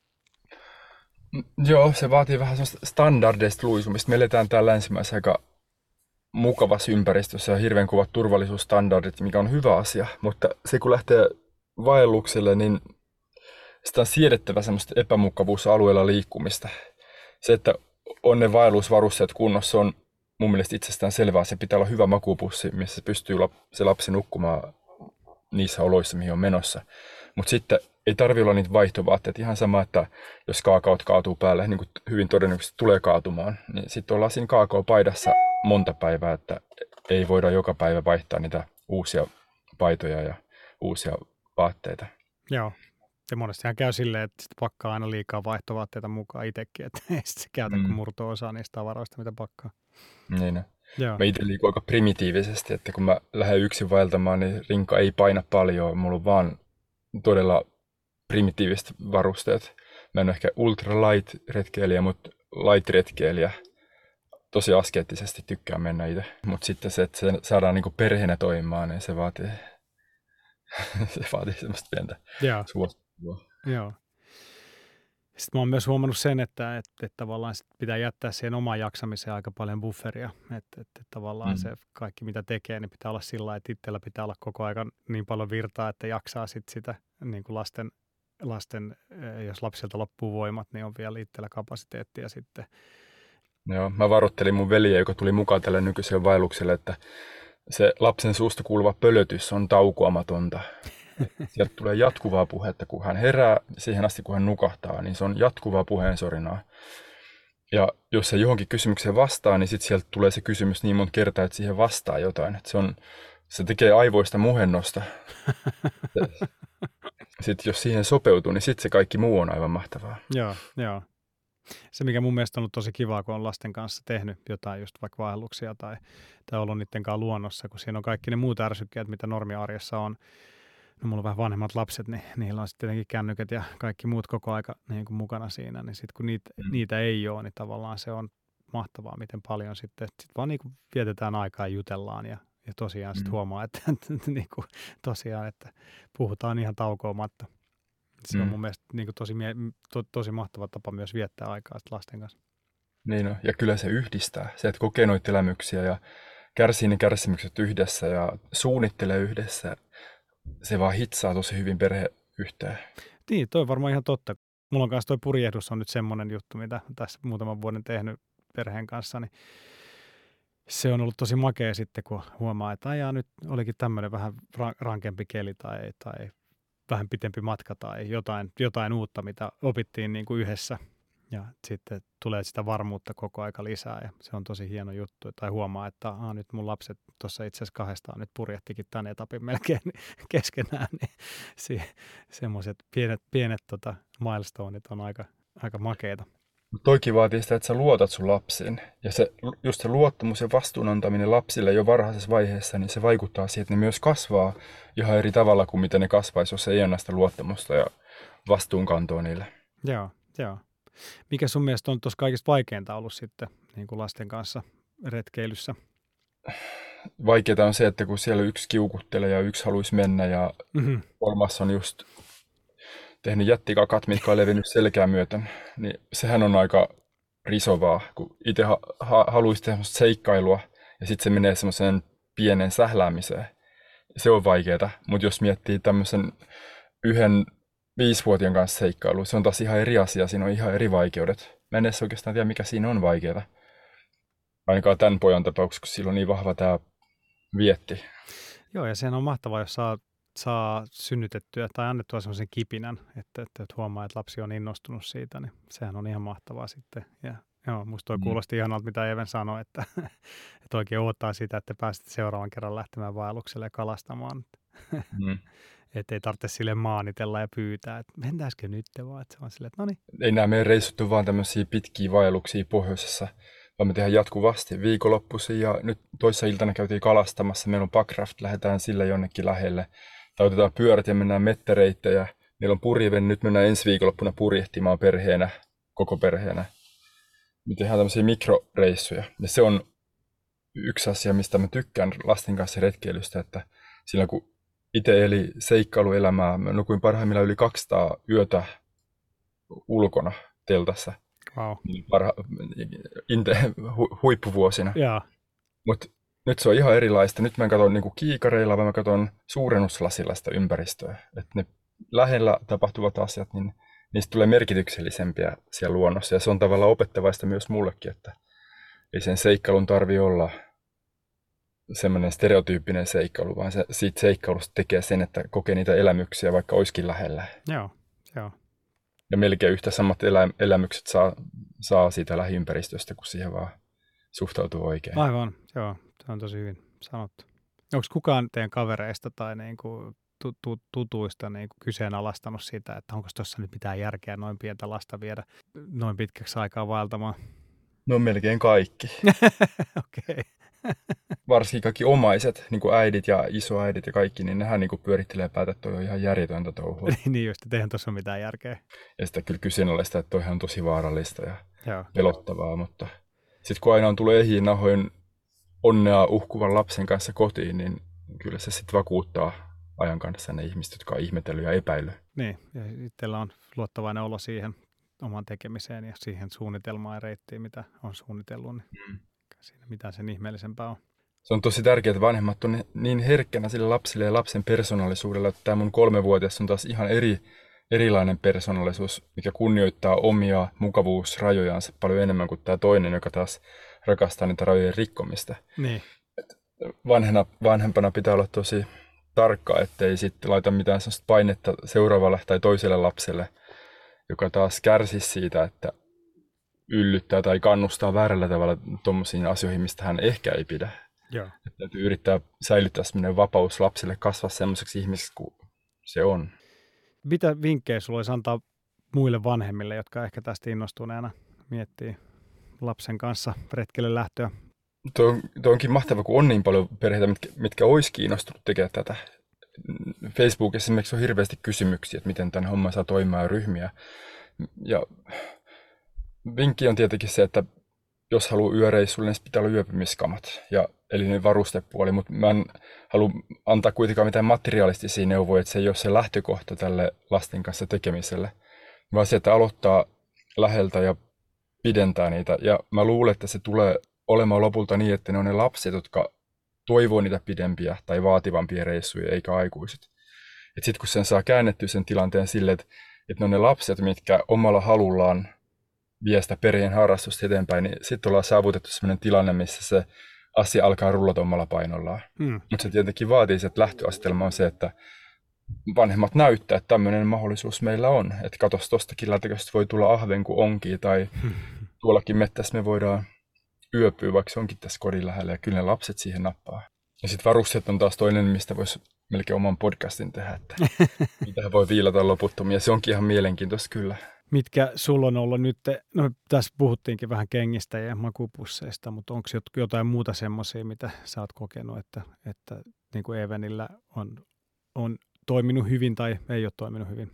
Joo, se vaatii vähän sellaista standardeista luisumista. Me eletään täällä länsimaissa aika mukavassa ympäristössä ja hirveän kovat turvallisuusstandardit, mikä on hyvä asia, mutta se kun lähtee vaellukselle, niin sitä on siedettävä semmoista epämukavuusalueella liikkumista. Se, että on ne vaellusvarusteet kunnossa, on mun mielestä itsestään selvää. Se pitää olla hyvä makuupussi, missä pystyy se lapsi nukkumaan niissä oloissa, mihin on menossa. Mutta sitten ei tarvitse olla niitä vaihtovaatteita. Ihan sama, että jos kaakaot kaatuu päälle, niin kuin hyvin todennäköisesti tulee kaatumaan, niin sitten ollaan siinä kaakaopaidassa monta päivää, että ei voida joka päivä vaihtaa niitä uusia paitoja ja uusia vaatteita. Joo. Ja monestihan käy silleen, että sit pakkaa aina liikaa vaihtovaatteita mukaan itsekin, että ei se käytä kuin murto-osa niistä tavaroista, mitä pakkaa. Niin. Mä itse liikun aika primitiivisesti, että kun mä lähden yksin vaeltamaan, niin rinka ei paina paljon. Mulla on vaan todella primitiiviset varusteet. Mä en ole ehkä ultra light retkeilijä, mutta light retkeilijä. Tosi askeettisesti tykkään mennä itse. Mutta sitten se, että se saadaan niinku perheenä toimimaan, niin se vaatii semmoista pientä suosittelua. Joo. Sitten mä oon myös huomannut sen, että tavallaan pitää jättää siihen omaan jaksamiseen aika paljon bufferia. Että tavallaan se kaikki mitä tekee, niin pitää olla sillä lailla, että itsellä pitää olla koko ajan niin paljon virtaa, että jaksaa sitä niin kuin lasten, jos lapsilta loppuu voimat, niin on vielä itsellä kapasiteettia sitten. Joo, mä varoittelin mun veljeä, joka tuli mukaan tälle nykyiselle vaellukselle, että se lapsen suusta kuuluva pölötys on taukoamatonta. Sieltä tulee jatkuvaa puhetta, kun hän herää siihen asti, kun hän nukahtaa, niin se on jatkuvaa puheensorinaa. Ja jos se johonkin kysymykseen vastaa, niin sitten sieltä tulee se kysymys niin monta kertaa, että siihen vastaa jotain. Että se tekee aivoista muhennosta. Sitten jos siihen sopeutuu, niin sitten se kaikki muu on aivan mahtavaa. Joo. Se, mikä mun mielestä on ollut tosi kivaa, kun on lasten kanssa tehnyt jotain just vaikka vaelluksia tai ollut niiden kanssa luonnossa, kun siinä on kaikki ne muut ärsykkeet, mitä normiarjessa on. No mulla on vähän vanhemmat lapset, niin niillä on sitten tietenkin kännykät ja kaikki muut koko aika niin kuin mukana siinä, niin sitten kun niitä ei ole, niin tavallaan se on mahtavaa, miten paljon sitten vaan niin kuin vietetään aikaa ja jutellaan ja tosiaan sitten huomaa, että niin kuin tosiaan, että puhutaan ihan taukoamatta. Se on mun mielestä niin kuin tosi mahtava tapa myös viettää aikaa lasten kanssa. Niin on, ja kyllä se yhdistää. Se, että kokee noita elämyksiä ja kärsii ne kärsimykset yhdessä ja suunnittelee yhdessä. Se vaan hitsaa tosi hyvin perhe yhteen. Niin, toi on varmaan ihan totta. Mulla on kanssa toi purjehdus on nyt semmoinen juttu, mitä tässä muutaman vuoden tehnyt perheen kanssa, niin se on ollut tosi makea sitten, kun huomaa, että ajaa nyt olikin tämmöinen vähän rankempi keli tai vähän pitempi matka tai jotain uutta, mitä opittiin niin kuin yhdessä. Ja sitten tulee sitä varmuutta koko aika lisää ja se on tosi hieno juttu. Tai huomaa, että nyt mun lapset tuossa itse asiassa kahdestaan nyt purjehtikin tämän etapin melkein keskenään. Niin semmoiset pienet milestoneit on aika makeita. Toikin vaatii sitä, että sä luotat sun lapsiin. Ja just se luottamus ja vastuun antaminen lapsille jo varhaisessa vaiheessa, niin se vaikuttaa siihen, että ne myös kasvaa ihan eri tavalla kuin miten ne kasvaisi, jos ei anna sitä luottamusta ja vastuunkantoa niille. Joo. Mikä sun mielestä on tuossa kaikista vaikeinta ollut sitten niin kuin lasten kanssa retkeilyssä? Vaikeaa on se, että kun siellä yksi kiukuttelee ja yksi haluaisi mennä ja kolmas on just tehnyt jättikakat, mitkä on levinnyt selkää myöten, niin sehän on aika risovaa, kun itse haluaisi tehdä seikkailua ja sitten se menee semmoiseen pienen sähläämiseen. Se on vaikeaa, mutta jos miettii tämmöisen yhden 5-vuotiaan kanssa seikkailu, se on taas ihan eri asia, siinä on ihan eri vaikeudet. Mä en edes oikeastaan tiedä, mikä siinä on vaikeaa. Ainakaan tämän pojan tapauksessa, kun sillä on niin vahva tämä vietti. Joo, ja sehän on mahtavaa, jos saa synnytettyä tai annettua semmoisen kipinän, että huomaa, että lapsi on innostunut siitä, niin sehän on ihan mahtavaa sitten. Ja joo, musta toi kuulosti ihanalta, mitä Even sanoi, että oikein odottaa sitä, että pääset seuraavan kerran lähtemään vaellukselle ja kalastamaan. Että ei tarvitse sille maanitella ja pyytää, että mennäisikö nyt vaan, että se on silleen, että no niin. Ei nämä meidän reissut ole vaan tämmöisiä pitkiä vaelluksia pohjoisessa, vaan me tehdään jatkuvasti viikonloppuisin ja nyt toissa iltana käytiin kalastamassa, meillä on packraft, lähdetään sille jonnekin lähelle. Tai otetaan pyörät ja mennään mettäreittejä. Meillä on purjeven, nyt mennään ensi viikonloppuna purjehtimaan perheenä, koko perheenä. Me tehdään tämmöisiä mikroreissuja. Ja se on yksi asia, mistä mä tykkään lasten kanssa retkeilystä, että silloin kun itse eli seikkailuelämää, mä nukuin parhaimmillaan yli 200 yötä ulkona teltassa. Wow. Huippuvuosina. Yeah. Mutta nyt se on ihan erilaista. Nyt mä en katso niinku kiikareilla, vaan mä katson suurennuslasilla sitä ympäristöä. Että ne lähellä tapahtuvat asiat, niin niistä tulee merkityksellisempiä siellä luonnossa. Ja se on tavallaan opettavaista myös mullekin, että ei sen seikkailun tarvitse olla semmoinen stereotyyppinen seikkailu, vaan se siitä seikkailusta tekee sen, että kokee niitä elämyksiä, vaikka olisikin lähellä. Joo. Ja melkein yhtä samat elämykset saa siitä lähiympäristöstä, kun siihen vaan suhtautuu oikein. Aivan, joo. Se on tosi hyvin sanottu. Onko kukaan teidän kavereista tai niinku tutuista niinku kyseenalaistanut sitä, että onko tuossa nyt mitään järkeä noin pientä lasta viedä noin pitkäksi aikaa vaeltamaan? No melkein kaikki. Okei. Varsinkin kaikki omaiset, niin kuin äidit ja isoäidit ja kaikki, niin nehän niin kuin pyörittelee päätä, että toi on ihan järjetöntä touhua. Niin just, että eihän tuossa ole mitään järkeä. Ja sitä kyllä kyseenalaista, että toihan on tosi vaarallista ja Joo. pelottavaa, mutta sitten kun aina on tullut ehiin nahoin onnea uhkuvan lapsen kanssa kotiin, niin kyllä se sitten vakuuttaa ajan kanssa ne ihmiset, jotka on ihmetellyt ja epäillyt. Niin, ja itsellä on luottavainen olo siihen oman tekemiseen ja siihen suunnitelmaan ja reittiin, mitä on suunnitellut, niin siinä mitään sen ihmeellisempää on. Se on tosi tärkeää, että vanhemmat on niin herkkänä sille lapsille ja lapsen persoonallisuudelle, että tämä mun 3-vuotias on taas ihan erilainen persoonallisuus, mikä kunnioittaa omia mukavuusrajojansa paljon enemmän kuin tämä toinen, joka taas rakastaa niitä rajojen rikkomista. Niin. Vanhempana pitää olla tosi tarkka, ettei sitten laita mitään sellaista painetta seuraavalle tai toiselle lapselle, joka taas kärsisi siitä, että yllyttää tai kannustaa väärällä tavalla tuommoisiin asioihin, mistä hän ehkä ei pidä. Joo. Että täytyy yrittää säilyttää sellainen vapaus lapsille kasvaa semmoiseksi ihmiseksi kuin se on. Mitä vinkkejä sulla olisi antaa muille vanhemmille, jotka ehkä tästä innostuneena miettii lapsen kanssa retkelle lähtöä? Tuo onkin mahtavaa, kun on niin paljon perheitä, mitkä olisi kiinnostunut tekemään tätä. Facebookissa esimerkiksi on hirveästi kysymyksiä, että miten tämän homman saa toimia ryhmiä. Ja vinkki on tietenkin se, että jos haluaa yöreissulle, niin pitää olla yöpymiskamat, eli ne varustepuoli, mutta mä en halua antaa kuitenkaan mitään materiaalistisia neuvoja, että se ei ole se lähtökohta tälle lasten kanssa tekemiselle, vaan se, että aloittaa läheltä ja pidentää niitä. Ja mä luulen, että se tulee olemaan lopulta niin, että ne on ne lapset, jotka toivoo niitä pidempiä tai vaativampia reissuja, eikä aikuiset. Sitten kun sen saa käännettyä sen tilanteen silleen, että Että ne on ne lapset, mitkä omalla halullaan vie sitä perheen harrastusta eteenpäin, niin sitten ollaan saavutettu sellainen tilanne, missä se asia alkaa rullata omalla painollaan. Mutta se tietenkin vaatii, että lähtöasetelma on se, että vanhemmat näyttää, että tämmöinen mahdollisuus meillä on. Että katos, tostakin lätäköstä voi tulla ahven kuin onkin, tai tuollakin mettässä me voidaan yöpyä, vaikka se onkin tässä kodin lähellä, ja kyllä ne lapset siihen nappaa. Ja sitten varusteet on taas toinen, mistä voisi melkein oman podcastin tehdä, että niitähän voi viilata loputtomia. Se onkin ihan mielenkiintoista kyllä. Mitkä sulla on ollut nyt, no tässä puhuttiinkin vähän kengistä ja makupusseista, mutta onko jotain muuta semmoisia, mitä sä oot kokenut, että niin kuin Evenillä on toiminut hyvin tai ei ole toiminut hyvin?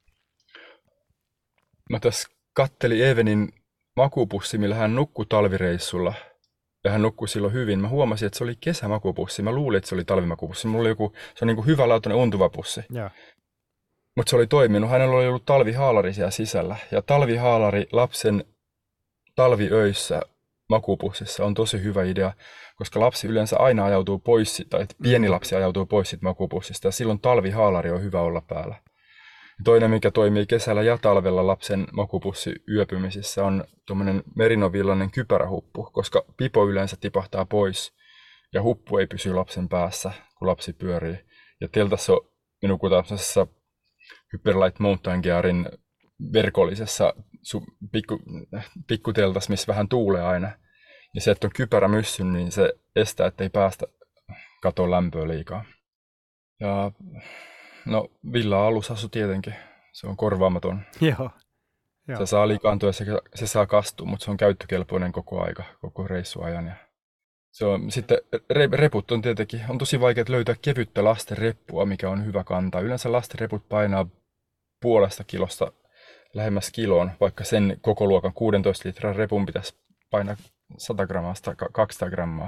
Mä tässä kattelin Evenin makupussi, millä hän nukkui talvireissulla. Ja hän nukkui silloin hyvin. Mä huomasin, että se oli kesämakupussi. Mä luulin, että se oli talvimakupussi. Mulla oli se on niin kuin hyvälaatuinen ontuva pussi. Mutta se oli toiminut. Hänellä oli ollut talvihaalari siellä sisällä. Ja talvihaalari lapsen talviöissä makupussissa on tosi hyvä idea, koska lapsi yleensä aina ajautuu pois, tai pieni lapsi ajautuu pois siitä makupussista. Ja silloin talvihaalari on hyvä olla päällä. Toinen, mikä toimii kesällä ja talvella lapsen makupussi yöpymisissä, on tuommoinen merinovillainen kypärähuppu, koska pipo yleensä tipahtaa pois ja huppu ei pysy lapsen päässä, kun lapsi pyörii. Ja teltassa me nukutaan sellaisessa Hyperlight Mountain Gearin verkollisessa pikkuteltassa, missä vähän tuulee aina. Ja se, että on kypärä myssyn, niin se estää, ettei päästä katon lämpöä liikaa. Ja no, villa-alusasu tietenkin. Se on korvaamaton. Joo. Se saa liikaantua ja se saa kastua, mutta se on käyttökelpoinen koko aika, koko reissuajan. Ja se on, sitten reput on tietenkin, on tosi vaikea löytää kevyttä lasten reppua, mikä on hyvä kantaa. Yleensä lasten reput painaa 0,5 kilosta lähemmäs kiloon, vaikka sen koko luokan 16 litran repun pitäisi painaa 100 grammasta 200 grammaa.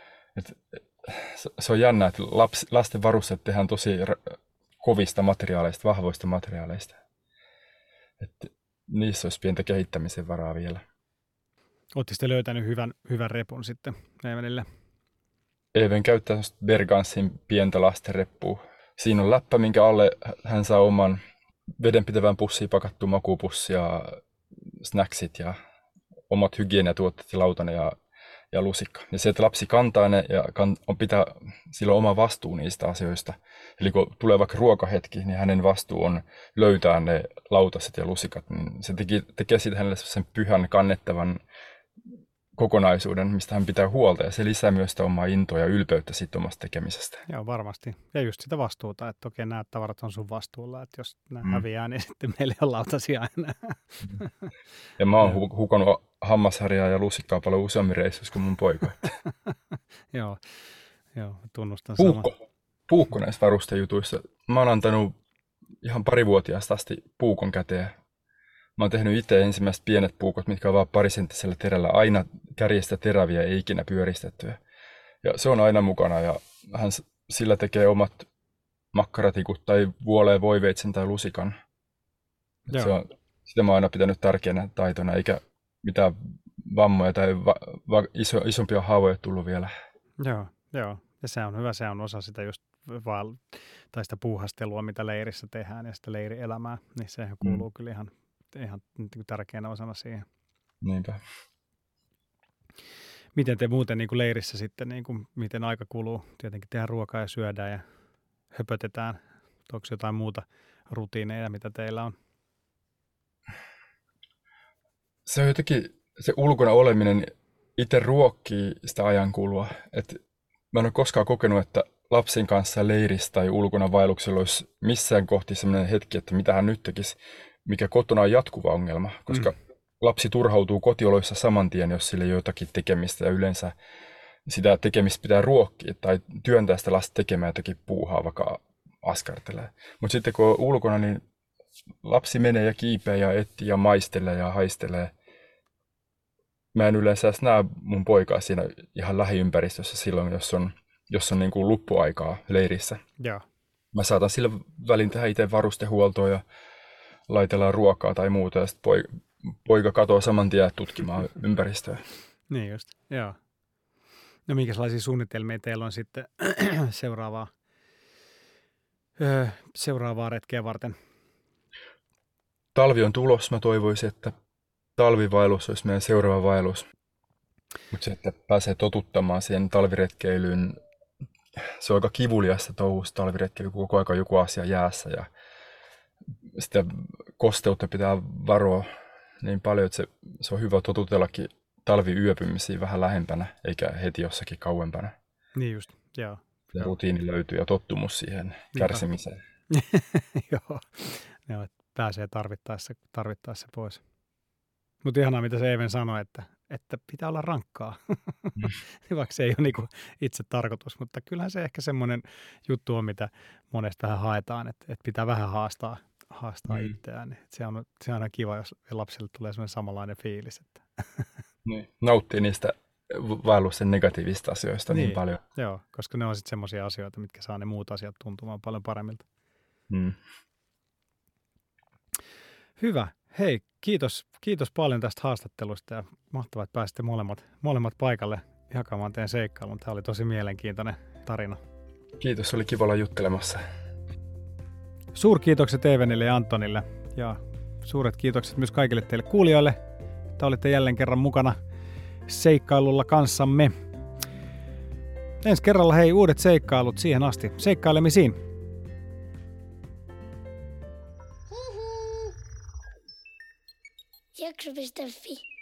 Se on jännä, että lasten varusteet tehdään tosi kovista materiaaleista, vahvoista materiaaleista. Että niissä olisi pientä kehittämisen varaa vielä. Oletteko te löytänyt hyvän repun sitten Evenille? Even käyttää Bergansin pientä lastenreppua. Siinä on läppä, minkä alle hän saa oman vedenpitävän pussiin pakattu makupussi ja snacksit ja omat hygieniatuotteet ja lautanen ja lusikka. Ja se, että lapsi kantaa ne ja pitää silloin oma vastuu niistä asioista. Eli kun tulee vaikka ruokahetki, niin hänen vastuu on löytää ne lautaset ja lusikat. Niin se tekee siitä hänelle sen pyhän kannettavan kokonaisuuden, mistä hän pitää huolta. Ja se lisää myös sitä omaa intoa ja ylpeyttä siitä omasta tekemisestä. Joo, varmasti. Ja just sitä vastuuta, että okei, nämä tavarat on sun vastuulla, että jos nämä häviää, niin sitten meillä ei ole lautasia enää. Ja mä oon hukannut hammasharjaa ja lusikkaa paljon useammin reissuissa kuin mun poika. Joo, tunnustan Puukko näissä varustejutuissa. Mä oon antanut ihan parivuotiaasta asti puukon käteen. Mä oon tehnyt itse ensimmäiset pienet puukot, mitkä on vaan parisenttisellä terällä. Aina kärjestä teräviä, ei ikinä pyöristettyä. Ja se on aina mukana ja hän sillä tekee omat makkaratikut tai vuolee voiveitsen tai lusikan. Sitä mä oon aina pitänyt tärkeänä taitona, eikä mitään vammoja tai isompia haavoja tullut vielä. Joo. Ja se on hyvä, se on osa sitä just tai sitä puuhastelua, mitä leirissä tehdään ja sitä leirielämää, niin sehän kuuluu kyllä ihan tärkeänä osana siihen. Niinpä. Miten te muuten niin kuin leirissä sitten, niin kuin, miten aika kuluu? Tietenkin tehdään ruokaa ja syödään ja höpötetään. Onko jotain muuta rutiineja, mitä teillä on? Se on jotenkin, se ulkona oleminen itse ruokkii sitä ajankulua. Mä en ole koskaan kokenut, että lapsen kanssa leirissä tai ulkona vaelluksella olisi missään kohti sellainen hetki, että mitä hän nyt tekisi, mikä kotona on jatkuva ongelma, koska lapsi turhautuu kotioloissa saman tien, jos sillä ei ole jotakin tekemistä ja yleensä sitä tekemistä pitää ruokkia tai työntää sitä lasta tekemään jotakin puuhaa, vaikka askartelee. Mutta sitten kun on ulkona, niin lapsi menee ja kiipeää ja etsii ja maistelee ja haistelee. Mä en yleensä edes näe mun poikaa siinä ihan lähiympäristössä silloin, jos on niin kuin luppuaikaa leirissä. Ja. Mä saatan sillä välin tehdä itse varustehuoltoa ja laitellaan ruokaa tai muuta ja sitten poika katoo saman tien tutkimaan ympäristöä. Niin just, joo. No minkälaisia suunnitelmia teillä on sitten seuraavaa retkeä varten? talvi on tulos. Mä toivoisin, että talvivaellus olisi meidän seuraava vaellus. Mutta se, että pääsee totuttamaan siihen talviretkeilyyn, se on aika kivuliasta touhusta talviretkeily, koko ajan joku asia jäässä ja sitä kosteutta pitää varoa niin paljon, että se on hyvä totutellakin talviyöpymisiä vähän lähempänä, eikä heti jossakin kauempana. Niin just, joo. Ja rutiini löytyy ja tottumus siihen kärsimiseen. Joo, että pääsee tarvittaessa pois. Mutta ihanaa, mitä se Even sanoi, että pitää olla rankkaa, vaikka se ei ole niinku itse tarkoitus, mutta kyllähän se ehkä semmoinen juttu on, mitä monesta vähän haetaan, että pitää vähän haastaa itseään. Niin se on aina kiva, jos lapselle tulee semmoinen samanlainen fiilis. Että niin. Nauttii niistä vaellusten negatiivista asioista niin paljon. Joo, koska ne on sitten semmoisia asioita, mitkä saa ne muut asiat tuntumaan paljon paremmilta. Hyvä. Hei, kiitos paljon tästä haastattelusta ja mahtavaa, että pääsitte molemmat paikalle jakamaan teidän seikkailun. Tämä oli tosi mielenkiintoinen tarina. Kiitos, oli kiva olla juttelemassa. Suurkiitokset Evenille ja Antonille ja suuret kiitokset myös kaikille teille kuulijoille, että olitte jälleen kerran mukana seikkailulla kanssamme. Ensi kerralla hei uudet seikkailut siihen asti. Seikkailemisiin! Jakso.fi